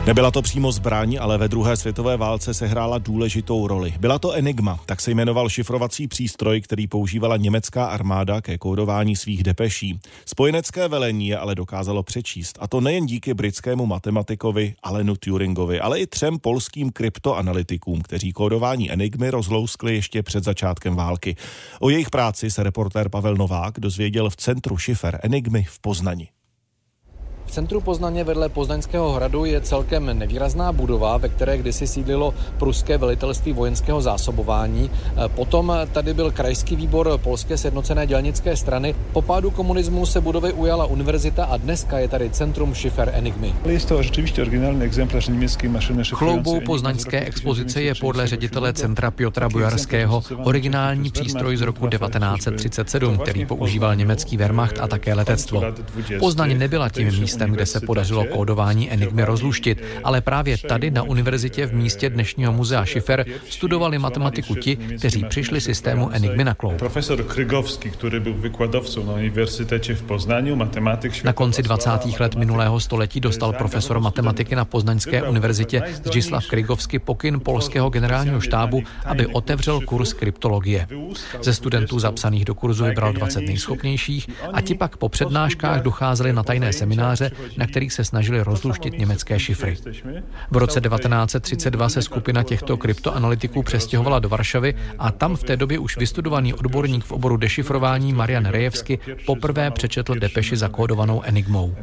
Nebyla to přímo zbraň, ale ve druhé světové válce sehrála důležitou roli. Byla to Enigma, tak se jmenoval šifrovací přístroj, který používala německá armáda ke kódování svých depeší. Spojenecké velení je ale dokázalo přečíst, a to nejen díky britskému matematikovi Alanu Turingovi, ale i 3 polským kryptoanalytikům, kteří kódování Enigmy rozlouskli ještě před začátkem války. O jejich práci se reportér Pavel Novák dozvěděl v centru šifer Enigmy v Poznani. V centru Poznaně vedle Poznaňského hradu je celkem nevýrazná budova, ve které kdysi sídlilo pruské velitelství vojenského zásobování. Potom tady byl krajský výbor Polské sjednocené dělnické strany. Po pádu komunismu se budovy ujala univerzita a dneska je tady centrum šifer Enigmy. Je to oczywiście oryginální exemplář německé mašiny šifrující. Chloubou poznaňské expozice je podle ředitele centra Piotra Bojarského originální přístroj z roku 1937, který používal německý Wehrmacht a také letectvo. Poznaň nebyla tím místem, kde se podařilo kódování Enigmy rozluštit, ale právě tady na univerzitě v místě dnešního muzea šifer studovali matematiku ti, kteří přišli systému Enigmy na kloub. Profesor Krygovský, který byl vykladovcem na univerzitě v Poznaniu, matematik. Na konci 20. let minulého století dostal profesor matematiky na Poznaňské univerzitě Zdzislav Krygovský pokyn polského generálního štábu, aby otevřel kurz kryptologie. Ze studentů zapsaných do kurzu vybral 20 nejschopnějších a ti pak po přednáškách docházeli na tajné semináře, na kterých se snažili rozluštit německé šifry. V roce 1932 se skupina těchto kryptoanalytiků přestěhovala do Varšavy a tam v té době už vystudovaný odborník v oboru dešifrování Marian Rejevsky poprvé přečetl depeši zakódovanou Enigmou.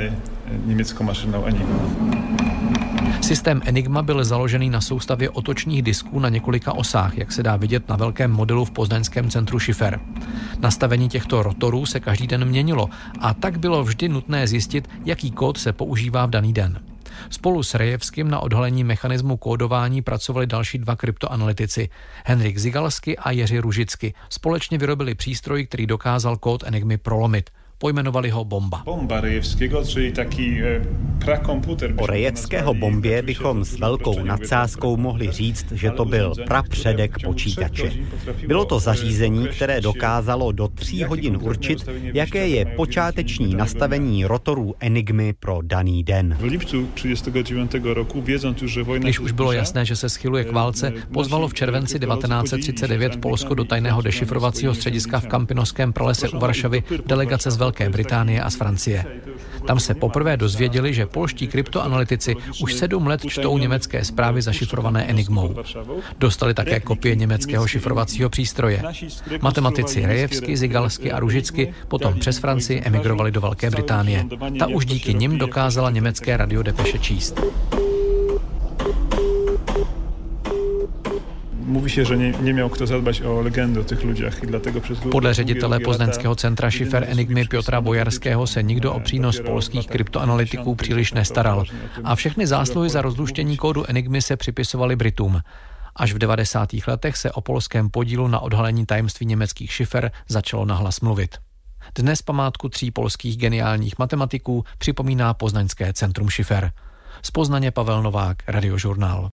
Systém Enigma byl založený na soustavě otočných disků na několika osách, jak se dá vidět na velkém modelu v poznaňském centru šifer. Nastavení těchto rotorů se každý den měnilo a tak bylo vždy nutné zjistit, jaký kód se používá v daný den. Spolu s Rejevským na odhalení mechanismu kódování pracovali další 2 kryptoanalytici, Henryk Zygalsky a Jiří Ružicky. Společně vyrobili přístroj, který dokázal kód Enigmy prolomit. Pojmenovali ho Bomba. O Rejevského bombě bychom s velkou nadsázkou mohli říct, že to byl prapředek počítače. Bylo to zařízení, které dokázalo do 3 hodin určit, jaké je počáteční nastavení rotorů Enigmy pro daný den. Když už bylo jasné, že se schyluje k válce, pozvalo v červenci 1939 Polsko do tajného dešifrovacího střediska v Kampinovském pralese u Varšavy delegace z Velké Británie a z Francie. Tam se poprvé dozvěděli, že polští kryptoanalytici už 7 let čtou německé zprávy zašifrované Enigmou. Dostali také kopie německého šifrovacího přístroje. Matematici Rejevsky, Zygalsky a Ružicky potom přes Francii emigrovali do Velké Británie. Ta už díky nim dokázala německé radiodepeše číst. Mówi się, że nie miał kto zadbać o legendę o tych ludziach i dlatego przez Podle ředitele poznaňského centra šifer Enigmy Piotra Bojarského se nikdo o přínos polských kryptoanalytiků příliš nestaral a všechny zásluhy za rozluštění kódu Enigmy se připisovaly Britům. Až v 90. letech se o polském podílu na odhalení tajemství německých šifer začalo nahlas mluvit. Dnes památku 3 polských geniálních matematiků připomíná Poznaňské centrum šifer. Z Poznaně Pavel Novák, Radiožurnál.